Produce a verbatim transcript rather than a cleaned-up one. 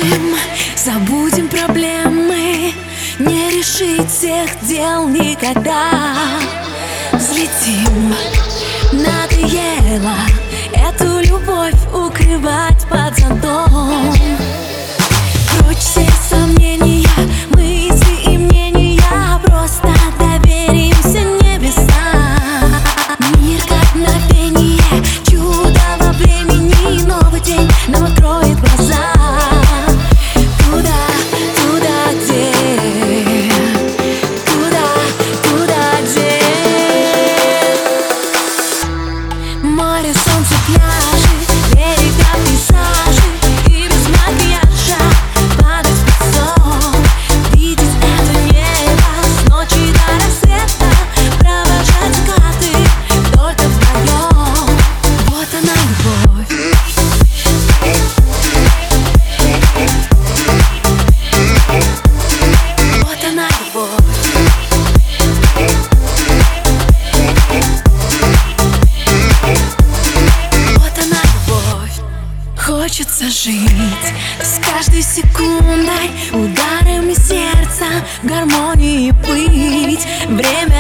спешим, забудем проблемы, не решить всех дел никогда. Взлетим, надоело эту любовь укрывать под зонтом. Прочь все сомнения, мысли и мнения, просто доверимся небесам. Мир как мгновение, чудо во времени, новый день нам откроет глаза. Туда, туда, где, туда, туда, где море, солнце, пляжи, берега, пейзажи, и без макияжа падать в сон, видеть это небо с ночи до рассвета, провожать закаты только вдвоем. Вот она, любовь. Вот она, любовь. Вот она, любовь. Хочется жить с каждой секундой, ударами сердца в гармонии быть. Время